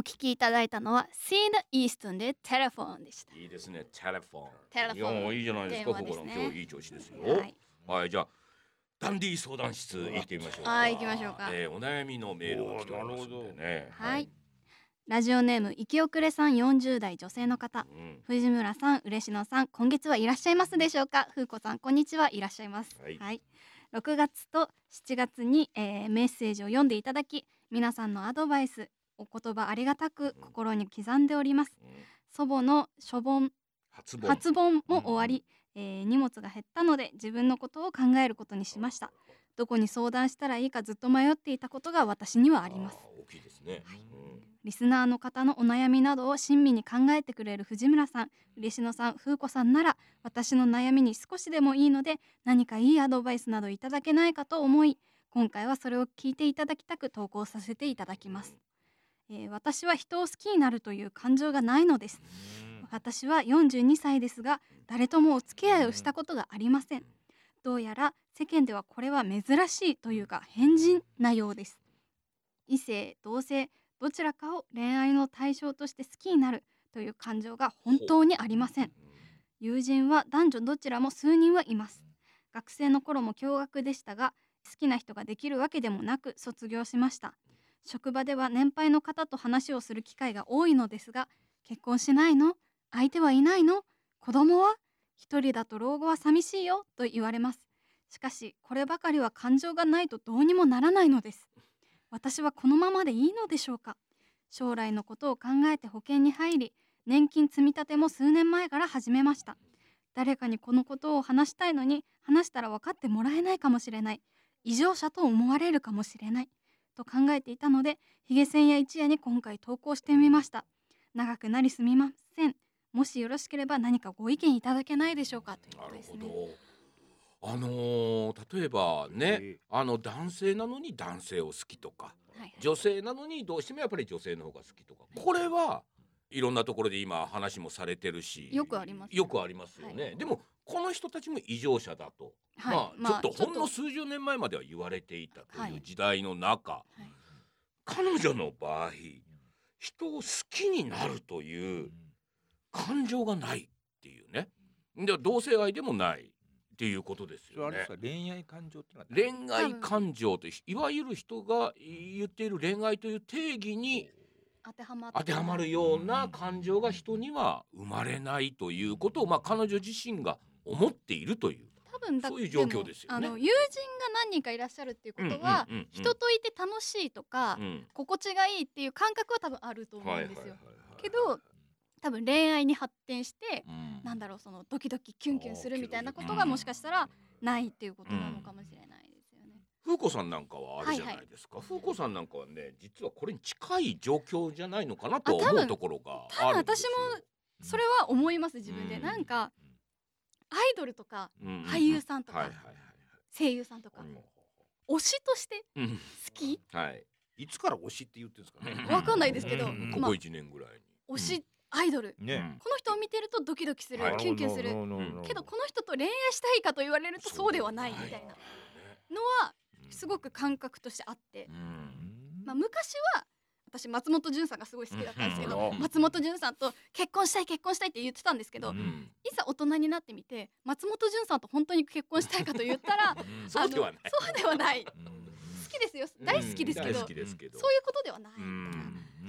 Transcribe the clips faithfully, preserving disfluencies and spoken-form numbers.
聞きいただいたのはシーナ・イーストンでテレフォンでした。 いいですね、テレフォン。 テレフォンいや、いいじゃないですか。 電話ですねここの今日いい調子ですよ。 はい、 はい、じゃあダンディ相談室行ってみましょうか。 はい行きましょうか、 えー、お悩みのメールが来ておりますんでね。 はい、ラジオネーム生き遅れさん、よんじゅう代女性の方、うん、藤村さん、嬉野さん、今月はいらっしゃいますでしょうか。風子さん、こんにちは。いらっしゃいます。はい、はい、ろくがつとしちがつに、えー、メッセージを読んでいただき、皆さんのアドバイス、お言葉ありがたく心に刻んでおります。うん、祖母の初盆初盆初盆も終わり、うん、えー、荷物が減ったので自分のことを考えることにしました。どこに相談したらいいかずっと迷っていたことが私にはあります。 大きいですね。 はい、うん、リスナーの方のお悩みなどを親身に考えてくれる藤村さん、嬉野さん、風子さんなら私の悩みに少しでもいいので何かいいアドバイスなどいただけないかと思い、今回はそれを聞いていただきたく投稿させていただきます。えー、私は人を好きになるという感情がないのです。私はよんじゅうにさいですが誰ともお付き合いをしたことがありません。どうやら世間ではこれは珍しいというか変人なようです。異性、同性どちらかを恋愛の対象として好きになるという感情が本当にありません。友人は男女どちらも数人はいます。学生の頃も共学でしたが好きな人ができるわけでもなく卒業しました。職場では年配の方と話をする機会が多いのですが、結婚しないの？相手はいないの？子供は？一人だと老後は寂しいよと言われます。しかしこればかりは感情がないとどうにもならないのです。私はこのままでいいのでしょうか。将来のことを考えて保険に入り、年金積み立ても数年前から始めました。誰かにこのことを話したいのに話したら分かってもらえないかもしれない、異常者と思われるかもしれないと考えていたので、ヒゲ線や一夜に今回投稿してみました。長くなりすみません。もしよろしければ何かご意見いただけないでしょうかということですね。 あのー、例えばね、あの男性なのに男性を好きとか、はいはい、女性なのにどうしてもやっぱり女性の方が好きとか、これはいろんなところで今話もされてるしよくあります、ね、 よくありますよね、はい、でもこの人たちも異常者だと、はい、まあ、ちょっとほんの数十年前までは言われていたという時代の中、はいはい、彼女の場合人を好きになるという感情がないっていうね、で同性愛でもないっていうことですよね。 恋愛感情ってのは恋愛感情といわゆる人が言っている恋愛という定義に当てはま当てはまるような感情が人には生まれないということを、まあ、彼女自身が思っているという多分だそういう状況ですよね。 あの友人が何人かいらっしゃるっていうことは、うんうんうんうん、人といて楽しいとか、うん、心地がいいっていう感覚は多分あると思うんですよ。けど多分恋愛に発展して、うん、なんだろうそのドキドキキュンキュンするみたいなことがもしかしたらないっていうことなのかもしれないですよね。 風子さんなんかはあれじゃないですか、はいはい、風子さんなんかはね実はこれに近い状況じゃないのかなと思うところがあるんですよ。 多分私もそれは思います自分で、うん、なんかアイドルとか俳優さんとか声優さんとか、うん、推しとして好き、 うん、はい、いつから推しって言ってるんですかね。 わかんないですけど、 ここいちねんぐらいに推しアイドル、ね、この人を見てるとドキドキする、はい、キュンキュンする、けどこの人と恋愛したいかと言われるとそうではないみたいなのはすごく感覚としてあって、うん、まあ、昔は私松本潤さんがすごい好きだったんですけど、うん、松本潤さんと結婚したい結婚したいって言ってたんですけど、うん、いざ大人になってみて松本潤さんと本当に結婚したいかと言ったら、 うん、そうではない、 そうではない、うん、好きですよ、大好きですけど、うん、ですけどそういうことではないみたいな、うん、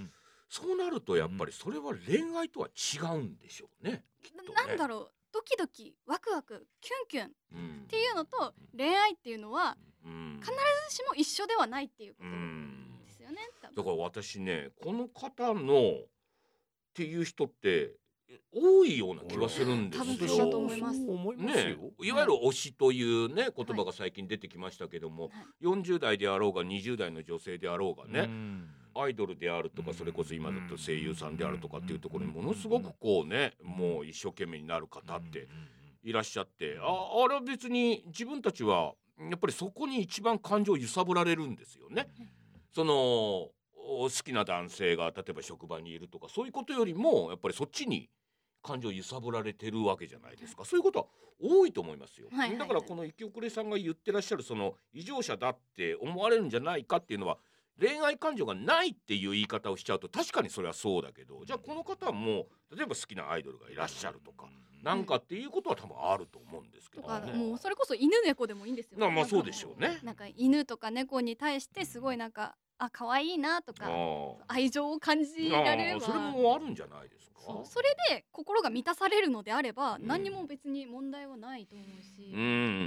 そうなるとやっぱりそれは恋愛とは違うんでしょうね、きっとね。 なんだろう、ドキドキワクワクキュンキュンっていうのと恋愛っていうのは必ずしも一緒ではないっていうことですよね。 だから私ねこの方のっていう人って多いような気がするんですよ。 多分そうだと思います。 ね、いわゆる推しというね言葉が最近出てきましたけども、はい、よんじゅう代であろうがにじゅう代の女性であろうがね、アイドルであるとかそれこそ今だと声優さんであるとかっていうところにものすごくこうねもう一生懸命になる方っていらっしゃって、あ、あれは別に自分たちはやっぱりそこに一番感情を揺さぶられるんですよね。その好きな男性が例えば職場にいるとかそういうことよりもやっぱりそっちに感情を揺さぶられてるわけじゃないですか。そういうことは多いと思いますよ、はいはいはい、だからこの生き遅れさんが言ってらっしゃるその異常者だって思われるんじゃないかっていうのは恋愛感情がないっていう言い方をしちゃうと確かにそれはそうだけど、じゃあこの方も例えば好きなアイドルがいらっしゃるとか、なんかっていうことは多分あると思うんですけどね。 とかもうそれこそ犬猫でもいいんですよ。 まあまあそうでしょうね。 なんか犬とか猫に対してすごいなんかあ可愛いなとか愛情を感じられれば、 それもあるんじゃないですか。 そうそれで心が満たされるのであれば、うん、何にも別に問題はないと思うし、うん、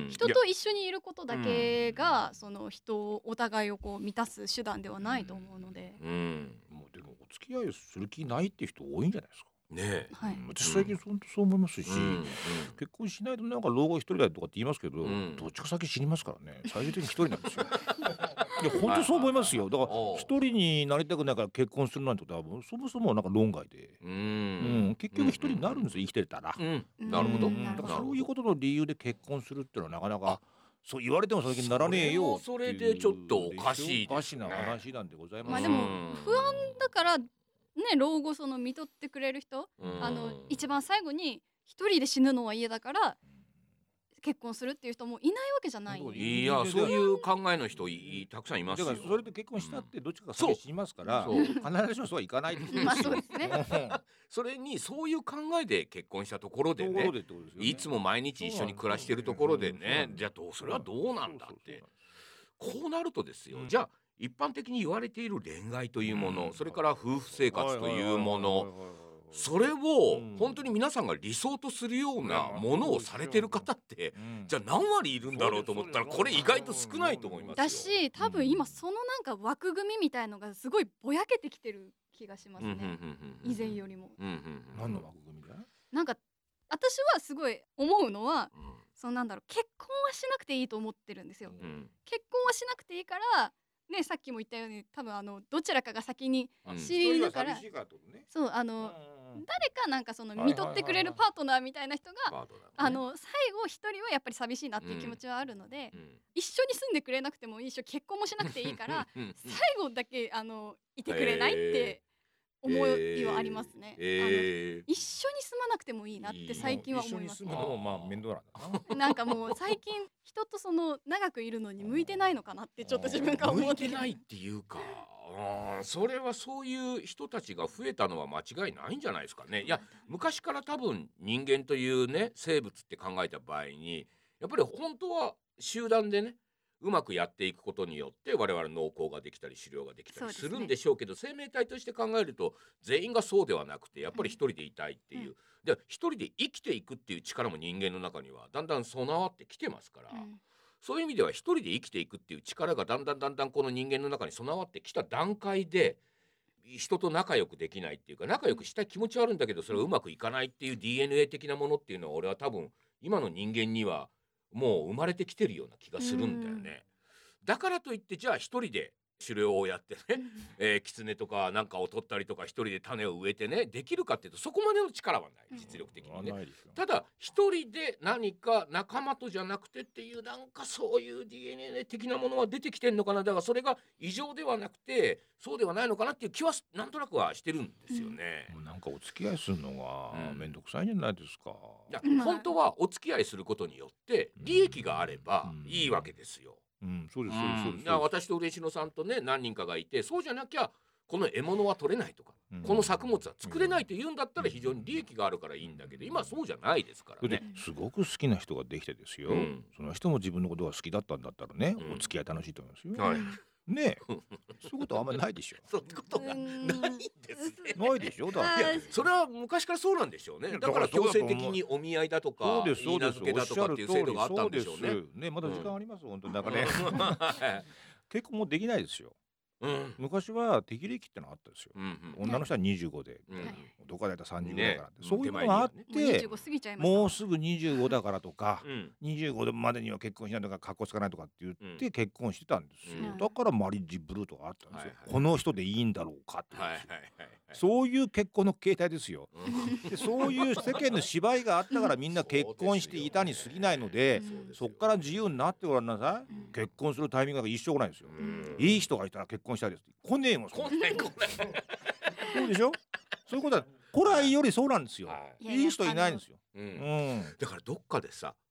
人と一緒にいることだけが、うん、その人をお互いをこう満たす手段ではないと思うので、 うん、もうでもお付き合いする気ないって人多いんじゃないですかね。 はい、 私最近本当そう思いますし、うん、結婚しないとなんか老後一人だとかって言いますけど、うん、どっちか先死にますからね。最終的に一人なんですよ。いや本当そう思いますよ。だから一人になりたくないから結婚するなんてことはそもそもなんか論外で、うん、うん、結局一人になるんですよ、生きてたら、 うん、なるほど。 だからそういうことの理由で結婚するっていうのはなかなかそう言われてもその気にならねえよ。 それでちょっとおかしい、 おかしな話なんでございます。 まあでも不安だからね、老後その見とってくれる人、あの一番最後に一人で死ぬのは嫌だから結婚するっていう人もいないわけじゃない。 いやそういう考えの人たくさんいますよ。 だからそれで結婚したってどっちかが先死にますから、必ずしもそうはいかないですよ。 まあそうですね。 それにそういう考えで結婚したところでね、いつも毎日一緒に暮らしてるところでね、じゃあどうそれはどうなんだって、こうなるとですよ、じゃあ一般的に言われている恋愛というもの、それから夫婦生活というもの、それを本当に皆さんが理想とするようなものをされてる方ってじゃあ何割いるんだろうと思ったら、これ意外と少ないと思いますよ。 だし多分今そのなんか枠組みみたいのがすごいぼやけてきてる気がしますね、以前よりも。 何の枠組みだ？ なんか私はすごい思うのは、うん、そのなんだろう、結婚はしなくていいと思ってるんですよ、うん、結婚はしなくていいからね、さっきも言ったように多分あのどちらかが先に知りるから、うん、そうあの誰かなんかその見とってくれるパートナーみたいな人が、ね、あの最後一人はやっぱり寂しいなっていう気持ちはあるので、うん、一緒に住んでくれなくてもいいし結婚もしなくていいから最後だけあのいてくれないって思いはありますね、えー、あの一緒に住まなくてもいいなって最近は思いますね。 一緒に住むのもまあ面倒なんだな。なんかもう最近人とその長くいるのに向いてないのかなってちょっと自分が思って向いてないっていうか、あそれはそういう人たちが増えたのは間違いないんじゃないですかね。いや昔から多分人間というね生物って考えた場合にやっぱり本当は集団でねうまくやっていくことによって我々農耕ができたり狩猟ができたりするんでしょうけど、ね、生命体として考えると全員がそうではなくてやっぱり一人でいたいっていう、うん、で一人で生きていくっていう力も人間の中にはだんだん備わってきてますから、うん、そういう意味では一人で生きていくっていう力がだんだんだんだんこの人間の中に備わってきた段階で人と仲良くできないっていうか仲良くしたい気持ちはあるんだけどそれはうまくいかないっていう ディーエヌエー 的なものっていうのは俺は多分今の人間にはもう生まれてきてるような気がするんだよね。だからといってじゃあ一人で狩猟をやってね、えー、狐とかなんかを取ったりとか一人で種を植えてねできるかっていうとそこまでの力はない実力的にね、うん、ただ一人で何か仲間とじゃなくてっていうなんかそういう ディーエヌエー 的なものは出てきてんのかな。だからそれが異常ではなくてそうではないのかなっていう気はなんとなくはしてるんですよね、 うん、なんかお付き合いするのがめんどくさいじゃないですか、 うん、いや本当はお付き合いすることによって利益があればいいわけですよ、 うん、そうですそうですそうです。 私と嬉野さんとね何人かがいてそうじゃなきゃこの獲物は取れないとか、うん、この作物は作れないと言うんだったら非常に利益があるからいいんだけど今そうじゃないですからね。 すごく好きな人ができてですよ、うん、その人も自分のことが好きだったんだったらね、うん、お付き合い楽しいと思いますよ、はい、ねえそういうことはあんまりないでしょそういうことがないんですね。 ないでしょだいやそれは昔からそうなんでしょうね。だから強制的にお見合いだとか言い名付けだとかっていう制度があったんでしょうね。 ねまだ時間あります、うん、本当にだからね結婚もできないですよ、うん、昔は適齢期ってのがあったんですよ、うんうん、女の人はにじゅうごで、うん、男はだいたいさんじゅうごだから、ね、そういうのがあって、ね、もうすぐにじゅうごだからとか、うん、にじゅうごまでには結婚しないとか格好つかないとかって言って結婚してたんですよ、うん、だからマリッジブルーとかあったんですよ、はいはい、この人でいいんだろうかって、はいはいはいはい、そういう結婚の形態ですよ、うん、でそういう世間の芝居があったからみんな結婚していたに過ぎないので、うん、そっから自由になってごらんなさい、うん、結婚するタイミングが一生ないんですよ、うん、いい人がいたら結婚したいです来ねえもん来ない来ないそうでしょそういうことは古来よりそうなんですよ、はい、いい人いないんですよ、 うんうん、だからどっかでさ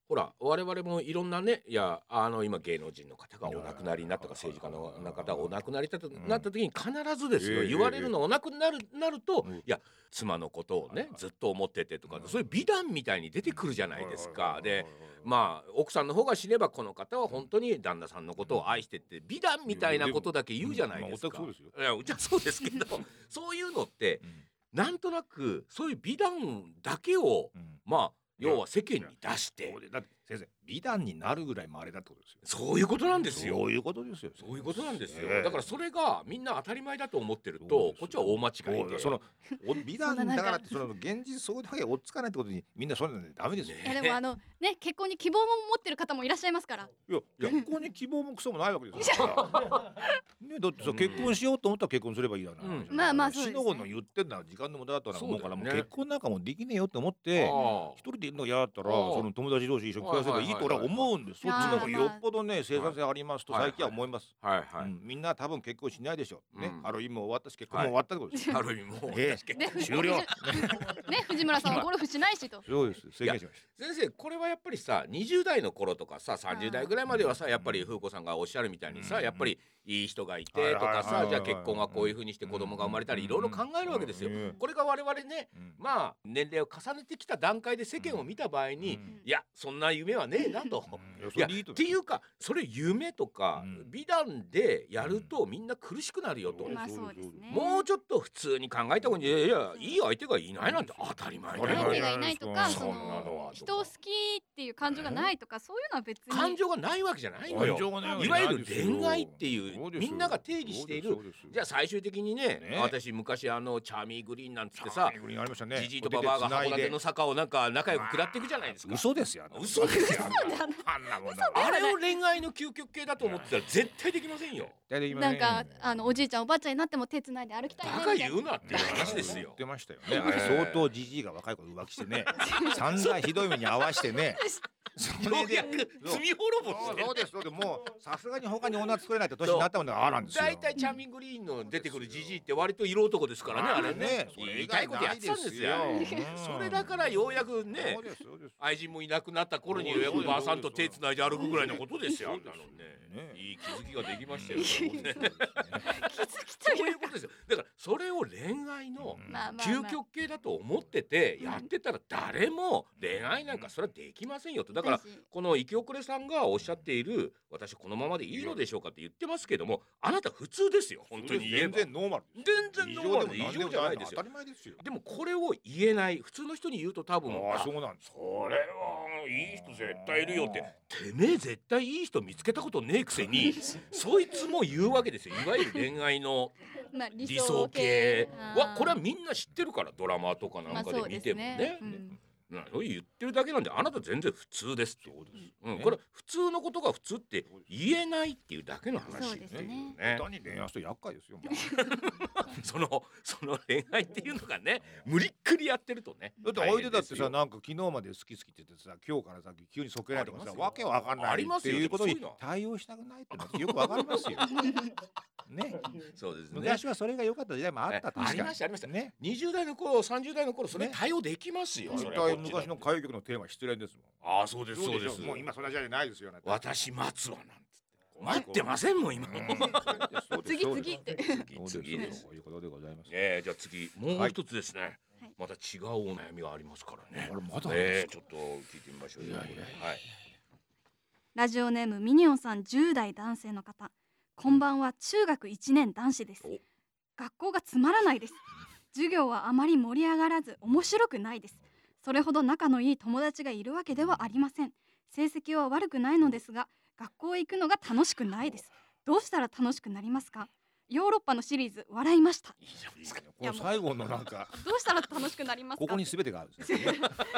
ほら我々もいろんなね、いやあの今芸能人の方がお亡くなりになったとか政治家の方がお亡くなりになった時に必ずですよ、言われるのお亡くなるなると、いや妻のことをねずっと思っててとか、そういう美談みたいに出てくるじゃないですか。でまあ奥さんの方が死ねばこの方は本当に旦那さんのことを愛してって美談みたいなことだけ言うじゃないですか。いやうちはそうですけどそういうのってなんとなくそういう美談だけをまあ要は世間に出して、 だって先生美談になるぐらい稀だってことですよ。 そういうことなんですよ。 そういうことですよ。 そういうことなんですよ。だからそれがみんな当たり前だと思ってるとこっちは大間違いで、 その美談だからってその現実そうだけ追っつかないってことにみんなそういうのダメですよ。 いやでもあのね結婚に希望も持ってる方もいらっしゃいますから。 いや結婚に希望もクソもないわけですよ。ねだってさ結婚しようと思ったら結婚すればいいだな。 まあまあそうですね。 死のの言ってんのは時間の無駄だと思うからもう結婚なんかもできねえよって思って一人でいるのが嫌だったらその友達同士一緒に暮らせばいいと俺は思うんです。そっちの方がよっぽどね生産性ありますと最近は思います。みんな多分結婚しないでしょうね。ハロウィンも終わったし結婚も終わったってことです。 ハロウィンも終了。 ね藤村さんはゴルフしないしと。 そうです宣言しました。 先生これはやっぱりさにじゅう代の頃とかささんじゅう代ぐらいまではさやっぱり風子さんがおっしゃるみたいにさやっぱりいい人がいてとかさじゃあ結婚はこういう風にして子供が生まれたりいろいろ考えるわけですよ。これが我々ねまあ年齢を重ねてきた段階で世間を見た場合にいやそんな夢はねえなと。いやっていうかそれ夢とか美談でやるとみんな苦しくなるよと。もうちょっと普通に考えた方がいい。いやいい相手がいないなんて当たり前だよ。 相手がいないとかその人を好きっていう感情がないとかそういうのは別に感情がないわけじゃないのよ。いわゆる恋愛っていうみんなが定義している。じゃあ最終的にね私昔あのチャーミーグリーンなんつってさジジイとババアが函館の坂をなんか仲良く下っていくじゃないですか。 嘘ですよ。 嘘ですよ。あれを恋愛の究極系だと思ってたら絶対できませんよ。 なんかあのおじいちゃんおばあちゃんになっても手つないで歩きたいねみたいな。 バカ言うなっていう話ですよ。 言ってましたよね。あれ相当ジジイが若い子浮気してね散々ひどい目に遭わしてね。 ようやく罪滅ぼして。 そうですそうです。もうさすがに他に女作れないって年になったもんだからあるんですよ。 大体チャーミングリーンの出てくるジジイって割と色男ですからねあれね。言いたいことやってたんですよ。それだからようやくね愛人もいなくなった頃にようやくばあさんと手つないで歩くぐらいのことですよ。あんなのねいい気づきができましたよ。気づきそういうことですよ。だからそれを恋愛の究極系だと思っててやってたら誰も恋愛なんかそれはできませんよと。だからこの生き遅れさんがおっしゃっている私このままでいいのでしょうかって言ってますけどもあなた普通ですよ本当に言えば。 全然ノーマル。 全然ノーマルで異常じゃないですよ。 当たり前ですよ。 でもこれを言えない普通の人に言うと多分あそうなんです。 それはいい人絶対いるよっててめえ絶対いい人見つけたことねえくせにそいつも言うわけですよ。いわゆる恋愛の理想系はこれはみんな知ってるからドラマとかなんかで見てもね。そう言ってるだけなんであなた全然普通ですって。うん、これ普通のことが普通って言えないっていうだけの話ですね。 下手に恋愛して厄介ですよ。 そのその恋愛っていうのがね無理っくりやってるとね。 だって相手だってさなんか昨日まで好き好きって言ってさ今日からさ急にそっけないとかさわけわかんないっていうことに対応したくないってのはよくわかりますよ。ね、 そうですね。 昔はそれが良かった時代もあった。 ありましたありましたね。にじゅう代の頃さんじゅう代の頃それ対応できますよ。 それは昔の歌謡曲のテーマ失恋ですもん。 ああそうですそうです。 もう今そんな時代ないですよ。 私待つわなんつって待ってませんもん今。 次次って次です。 そういうことでございます。 えじゃあ次もう一つですね。また違うお悩みがありますからね。 まだえちょっと聞いてみましょう。はい。 ラジオネームミニオンさんじゅう代男性の方。こんばんは。中学いちねん男子です。学校がつまらないです。授業はあまり盛り上がらず面白くないです。それほど仲のいい友達がいるわけではありません。成績は悪くないのですが学校へ行くのが楽しくないです。どうしたら楽しくなりますか？ヨーロッパのシリーズ笑いました。 いいじゃないですか。この最後のなんかどうしたら楽しくなりますか？ ここに全てがあるんですね。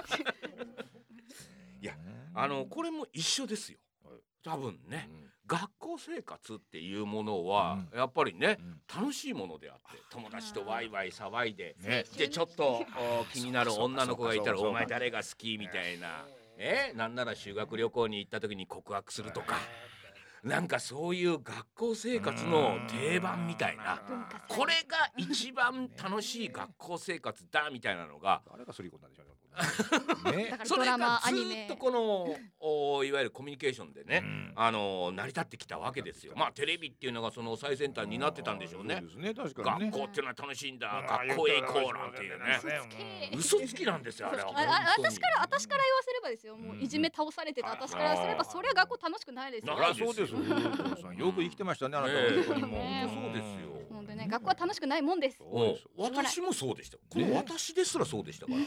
いやあのこれも一緒ですよ。多分ね、うん、学校生活っていうものは、うん、やっぱりね、うん、楽しいものであって友達とワイワイ騒いで、ね、でちょっと気になる女の子がいたらお前誰が好きみたいな、ね、なんなら修学旅行に行った時に告白するとかなんかそういう学校生活の定番みたいな、これが一番楽しい学校生活だみたいなのが、 誰がすり込んだんでしょうね。それがずっとこのおいわゆるコミュニケーションでね、あの成り立ってきたわけですよ。まあテレビっていうのがその最先端になってたんでしょうね。学校っていうのは楽しいんだ、学校へ行こうなんていうね。嘘つきなんですよあれは。 私から私から言わせればですよ。もういじめ倒されてた私からすればそれは学校楽しくないですよ。 そうですよ。よく生きてましたねあなたは。 そうですよ。 本当にね、学校は楽しくないもんです。 私もそうでした。この私ですらそうでしたから。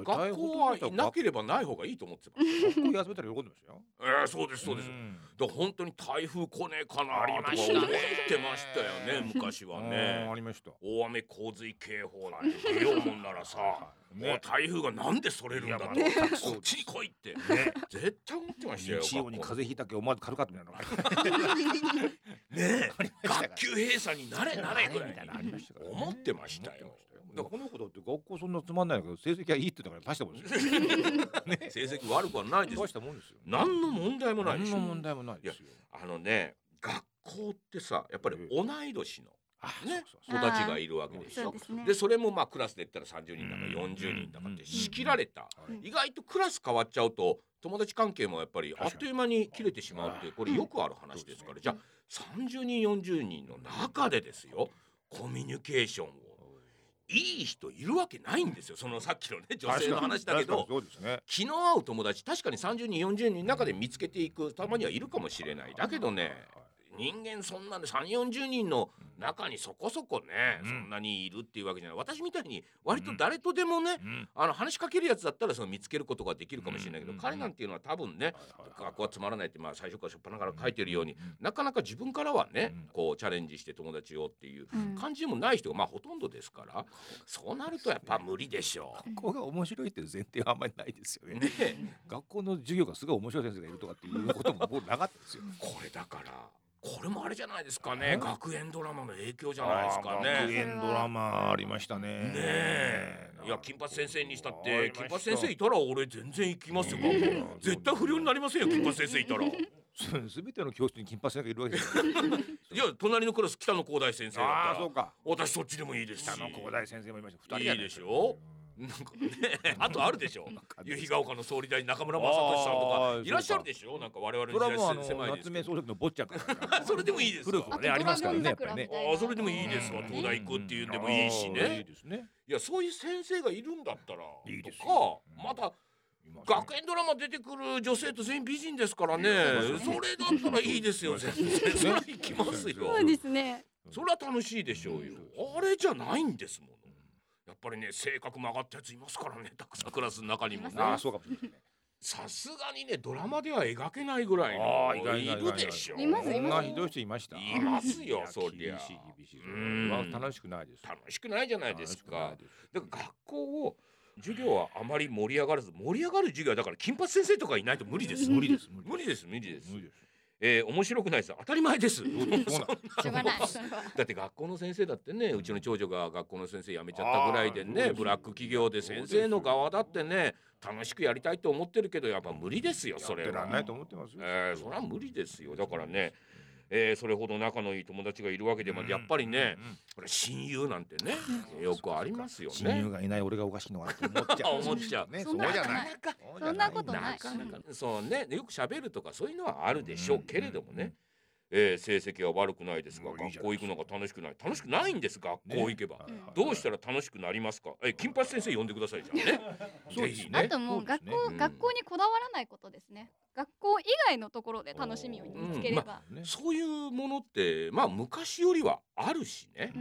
学校はなければない方がいいと思ってました。学校休めたら喜んでましたよ。 ええ、そうですそうです。だから本当に台風来ねえかなとか思ってましたよね昔はね。 ありました。 大雨洪水警報なんて出ようもんならさ、もう台風がなんでそれるんだと、こっちに来いって絶対思ってましたよ。 日曜に風邪ひいたけ思わず軽かったみたいな。 ねえ、学級閉鎖になれなれぐらい思ってましたよ。 この子だって学校そんなつまんないけど成績はいいって言ったから大したもんですよ。 成績悪くはないです。 大したもんですよ。 何の問題もないですよ。何の問題もないですよ。 あのね、学校ってさ、やっぱり同い年のね育ちがいるわけでしょ。でそれもまあクラスで言ったらさんじゅうにんだかよんじゅうにんだかって仕切られた。意外とクラス変わっちゃうと友達関係もやっぱりあっという間に切れてしまうってこれよくある話ですから。じゃあさんじゅうにんよんじゅうにんの中でですよ、コミュニケーションをいい人いるわけないんですよ。そのさっきのね女性の話だけど、気の合う友達確かにさんじゅうにんよんじゅうにんの中で見つけていくたまにはいるかもしれない。だけどね、人間そんなねさんじゅうよんじゅうにんの中にそこそこね、うん、そんなにいるっていうわけじゃない。私みたいに割と誰とでもね、うん、あの話しかけるやつだったらその見つけることができるかもしれないけど、うん、彼なんていうのは多分ね、うん、学校はつまらないってまあ最初から初っ端から書いてるように、うん、なかなか自分からはね、うん、こうチャレンジして友達をっていう感じでもない人がまあほとんどですから、そうなるとやっぱ無理でしょう。 学校が面白いっていう前提はあんまりないですよね。ね学校の授業がすごい面白い先生がいるとかっていうことも僕なかったですよ。 これだからこれもあれじゃないですかね、学園ドラマの影響じゃないですかね。 学園ドラマありましたね。ねえ、いや金八先生にしたって金八先生いたら俺全然行きますよ。絶対不良になりませんよ金八先生いたら。 すべての教室に金八先生がいるわけですよ。 いや隣のクラス北野広大先生だったら、 あ、そうか、 私そっちでもいいですし。 北野広大先生もいました。 ふたりいいでしょ。なんかね、あとあるでしょ。由比ヶ丘の総理大臣中村雅俊さんとかいらっしゃるでしょ。なんか我々の時代狭いです。 夏目漱石の坊ちゃんからそれでもいいです。 古くはねありますからね。 あ、それでもいいですわ。東大行くっていうんでもいいしね。いやそういう先生がいるんだったらとか、また学園ドラマ出てくる女性と全員美人ですからね。それだったらいいですよ。全然それ行きますよ。 そうですね。 それは楽しいでしょうよ。あれじゃないんですもん。やっぱりね、性格曲がったやついますからね、たくさんクラスの中にもね。 ああ、そうかもしれないね。 さすがにね、ドラマでは描けないぐらいのいるでしょ。 いますいます。 ひどい人いました。 いますよ、そりゃ。 厳しい厳しい。楽しくないです。 楽しくないじゃないですか。だから学校を授業はあまり盛り上がらず、盛り上がる授業はだから金八先生とかいないと無理です。 無理です。 無理です無理です。えー、面白くないです。当たり前です。だって学校の先生だってね、うちの長女が学校の先生辞めちゃったぐらいでね、ブラック企業で先生の側だってね、楽しくやりたいと思ってるけどやっぱ無理ですよ。それは。 やってらんないと思ってますよ。 えー、それは無理ですよ。だからね。えー、それほど仲のいい友達がいるわけでも、やっぱりね、これ親友なんてね、よくありますよね。 親友がいない俺がおかしいのかなと思っちゃう。 思っちゃう。 ね、そうじゃない。 そんなことない。 そうね、よく喋るとかそういうのはあるでしょうけれどもね。えー、成績は悪くないですが、学校行くのが楽しくない。楽しくないんです。学校行けば、ね、どうしたら楽しくなりますか。え、金八先生呼んでくださいじゃんね。ぜひね。 あともう学校、うん、学校にこだわらないことですね。学校以外のところで楽しみを見つければ、うんまあ、そういうものってまあ昔よりはあるしね。うん、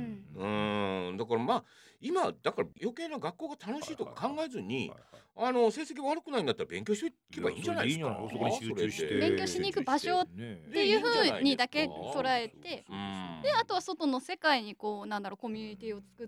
うんだからまあ今だから余計な学校が楽しいとか考えずに、あの成績悪くないんだったら勉強していけばいいんじゃないですか。 勉強しに行く場所っていう風にだけ捉えて、であとは外の世界にこうなんだろうコミュニティを作って、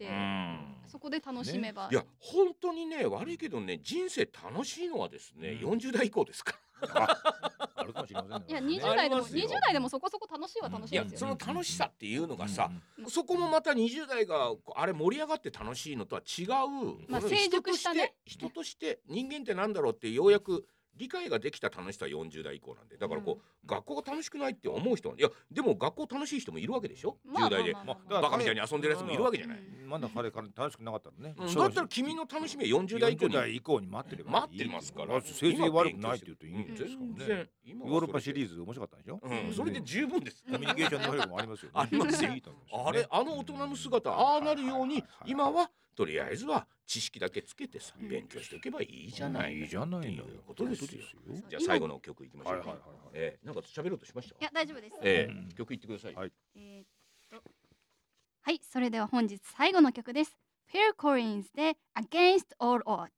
そこで楽しめば、 ね、いや本当にね悪いけどね人生楽しいのはですね、うん、よんじゅう代以降ですか。 あるかもしれませんね。 いやにじゅう代でもにじゅう代でもそこそこ楽しいは楽しいですよ、ね。 いやその楽しさっていうのがさ、うん、そこもまたにじゅう代があれ盛り上がって楽しいのとは違う、 まあ、成熟したね人として人として人間ってなんだろうってようやく理解ができた楽しさはよんじゅうだい以降なんで、だからこう、学校が楽しくないって思う人は、いやでも学校楽しい人もいるわけでしょ、じゅう代でバカみたいに遊んでるやつもいるわけじゃない。 まだ彼から楽しくなかったのね。 だったら君の楽しみはよんじゅう代以降によんじゅう代以降に待ってれば待ってますから。 成績悪くないって言うといいんですかね。ヨーロッパシリーズ面白かったでしょ。 それで十分です。 コミュニケーション能力もありますよね。 ありますよ。あれあの大人の姿ああなるように今はとりあえずは知識だけつけてさ勉強しておけばいいじゃない。 いいじゃないっていうことですよ。じゃあ最後の曲いきましょう。えなんか喋ろうとしました。 いや大丈夫です。 え曲いってください。 えっとはいそれでは本日最後の曲です。フィル・コリンズで Against All Odds。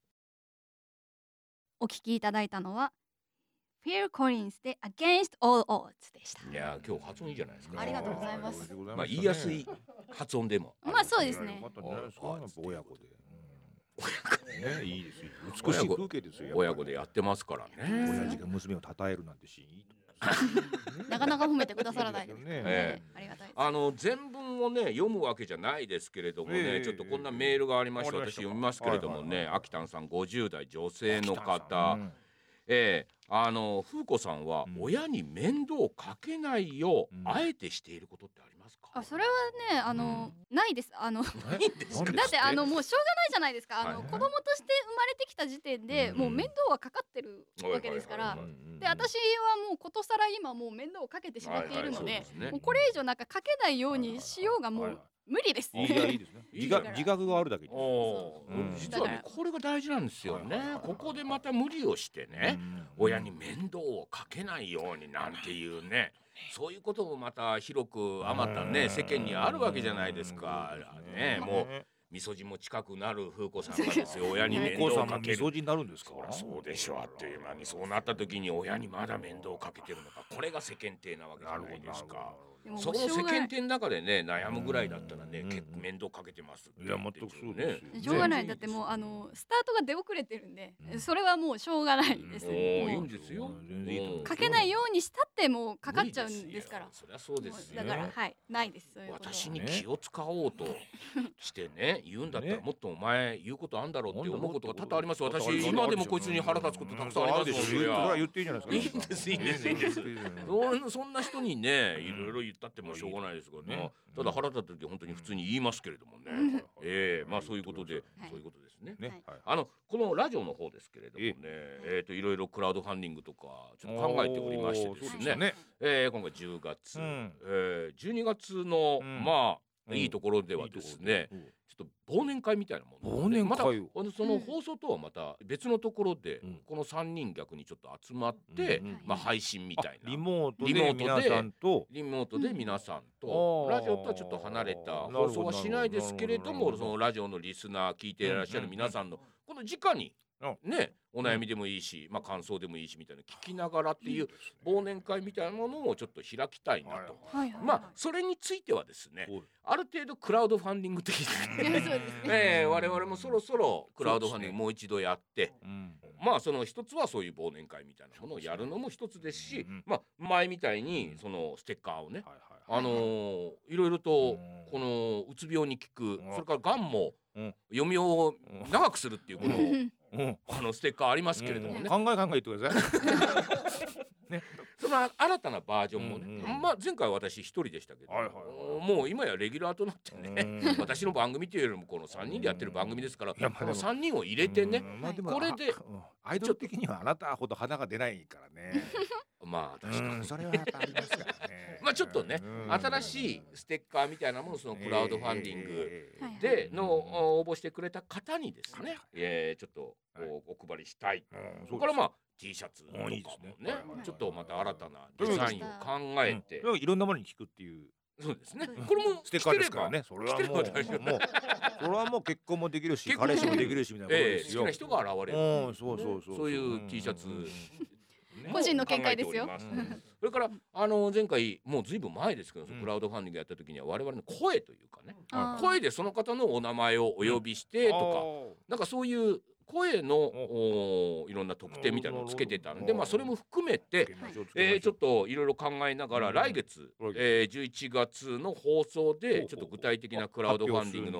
お聴きいただいたのはフィル・コリンズで Against All Odds でした。 いや今日発音いいじゃないですか。 ありがとうございます。 まあ言いやすい発音でも。 まあそうですね。 親子で。ねいいですよ。美しい風景ですよ。 親子でやってますからね。 親父が娘を称えるなんてシーンいい。 なかなか褒めてくださらないですね。ありがたいです。 あの全文をね読むわけじゃないですけれどもね、ちょっとこんなメールがありまして私読みますけれどもね、あきたんさんごじゅう代女性の方、えー、あの風子さんは親に面倒をかけないようあえてしていることってありますか？ あそれはねあのないです。あのだってあのもうしょうがないじゃないですか。あの子供として生まれてきた時点でもう面倒はかかってるわけですから。で私はもうことさら今もう面倒をかけてしまっているので、もうこれ以上なんかかけないようにしようがもう無理です。 いいですね。自覚自覚があるだけ。 実はこれが大事なんですよね。ここでまた無理をしてね、親に面倒をかけないようになんていうね。そういうこともまた広くあまたね世間にあるわけじゃないですかね。もうみそじも近くなる風子さんがですよ親に面倒をかける。 みそじになるんですか？ そうでしょう。あっという間にそうなった時に親にまだ面倒をかけてるのか、これが世間体なわけじゃないですか。その世間体の中でね悩むぐらいだったらね結構面倒かけてます。 いや全くそうです。 しょうがない。だってもうあのスタートが出遅れてるんでそれはもうしょうがないです。 いいんですよ。 かけないようにしたってもうかかっちゃうんですから。 そりゃそうですよ。 だからはいないです。 私に気を使おうとしてね言うんだったらもっとお前言うことあんだろうって思うことが多々あります。私今でもこいつに腹立つことたくさんありますよ。それは言っていいじゃないですか。 いいんですいいんですいいんです。そんな人にねいろいろ言ったってもしょうがないですからね。ただ腹立った時本当に普通に言いますけれどもね。ええまあそういうことでそういうことですね。あのこのラジオの方ですけれどもね、えっといろいろクラウドファンディングとかちょっと考えておりましてですね。え今回じゅうがつ、えじゅうにがつのまあいいところではですね。ちょっと忘年会みたいなもの、 忘年会、 またその放送とはまた別のところで、このさんにん逆にちょっと集まって、まあ配信みたいなリモートで皆さんとリモートで皆さんとラジオとはちょっと離れた放送はしないですけれども、そのラジオのリスナー聞いていらっしゃる皆さんのこの直にねお悩みでもいいし、まあ感想でもいいしみたいな聞きながらっていう忘年会みたいなものをちょっと開きたいなと。まあそれについてはですね、ある程度クラウドファンディング的にえ我々もそろそろクラウドファンディングもう一度やって、まあその一つはそういう忘年会みたいなものをやるのも一つですし、まあ前みたいにそのステッカーをね、あのいろいろとこのうつ病に効く、それからがんも読みを長くするっていうこのあのステッカーありますけれどもね。 考え考え言ってください。 ね、その新たなバージョンもね、まあ前回私一人でしたけど、もう今やレギュラーとなってね、私の番組というよりもこのさんにんでやってる番組ですから、このさんにんを入れてね、これでアイドル的にはあなたほど花が出ないからね。 まあ確かにそれはやっぱありますからね。 まあちょっとね新しいステッカーみたいなものをそのクラウドファンディングでの応募してくれた方にですね、えちょっとお配りしたい。そこからまあ T シャツとかもねちょっとままた新たなデザインを考えていろんなものに聞くっていう。 そうですね。これもステッカーですからね。それはもうもうそれはもう結婚もできるし彼氏もできるしみたいなことですよ。 好きな人が現れる。 そうそうそう。 そういう T シャツ個人の見解ですよ。 それからあの前回もうずいぶん前ですけど、クラウドファンディングやった時には我々の声というかね、声でその方のお名前をお呼びしてとか、なんかそういう声のいろんな特典みたいなのをつけてたんで、まあそれも含めてえちょっといろいろ考えながら来月えじゅういちがつの放送でちょっと具体的なクラウドファンディングの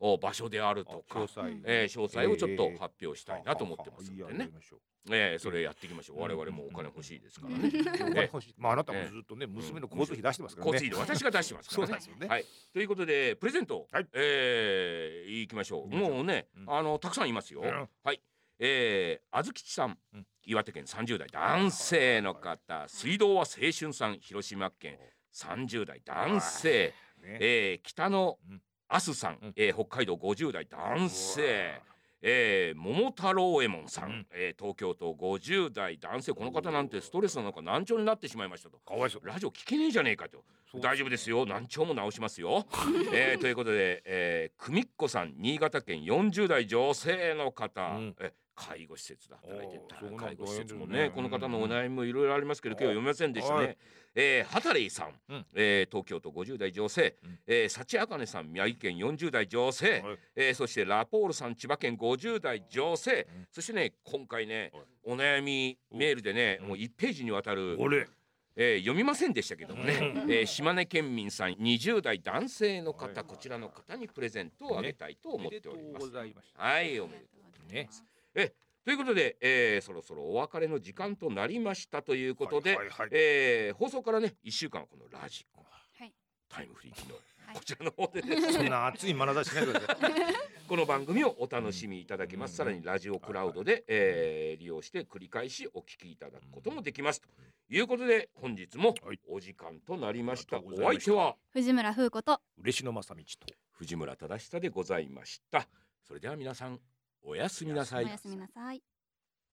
場所であるとか詳細、えー、詳細をちょっと発表したいなと思ってますのでね、えー、それやっていきましょう。我々もお金欲しいですからね。 まああなたもずっとね娘の交通費出してますからね。 交通費で私が出してますからね。はい。ということでプレゼント、えー、いきましょう。もうねあのたくさんいますよ。はい。えー、あずきちさん、岩手県さんじゅう代男性の方。水道は青春さん、広島県さんじゅう代男性。えー、北のあすさん、えー、北海道ごじゅう代男性。えー、桃太郎右衛門さん、うん、えー、東京都ごじゅう代男性。この方なんてストレスの中難聴になってしまいましたと。 かわいそう。 ラジオ聞けねえじゃねえかと。大丈夫ですよ、難聴も治しますよ。えー、ということで、えー、くみっこさん、新潟県よんじゅう代女性の方、うん、え介護施設で働いてた介護施設もね、この方のお悩みもいろいろありますけど今日は読めませんでしたね。えー、はたれいさん、うん、えー、東京都ごじゅう代女性、うん、えー、幸あかねさん、宮城県よんじゅう代女性、はい、えー、そしてラポールさん、千葉県ごじゅう代女性、うん、そしてね今回ね、はい、お悩みメールでね、うん、もういちページにわたる、えー、読みませんでしたけどもね、えー、島根県民さんにじゅう代男性の方、はい、こちらの方にプレゼントをあげたいと思っております。ね、はい、おめでとうございます。えということで、えー、そろそろお別れの時間となりましたということで、はいはいはい、えー、放送からねいっしゅうかんこのラジコ、はい、タイムフリー機能、はい、こちらの方でですね、 そんな熱い眼差ししないでください。 この番組をお楽しみいただけます。さらにラジオクラウドで、えー、利用して繰り返しお聞きいただくこともできますということで、本日もお時間となりました。お相手は藤村風子と嬉野正道と藤村忠久でございました。それでは皆さんおやすみなさい。 おやすみなさい。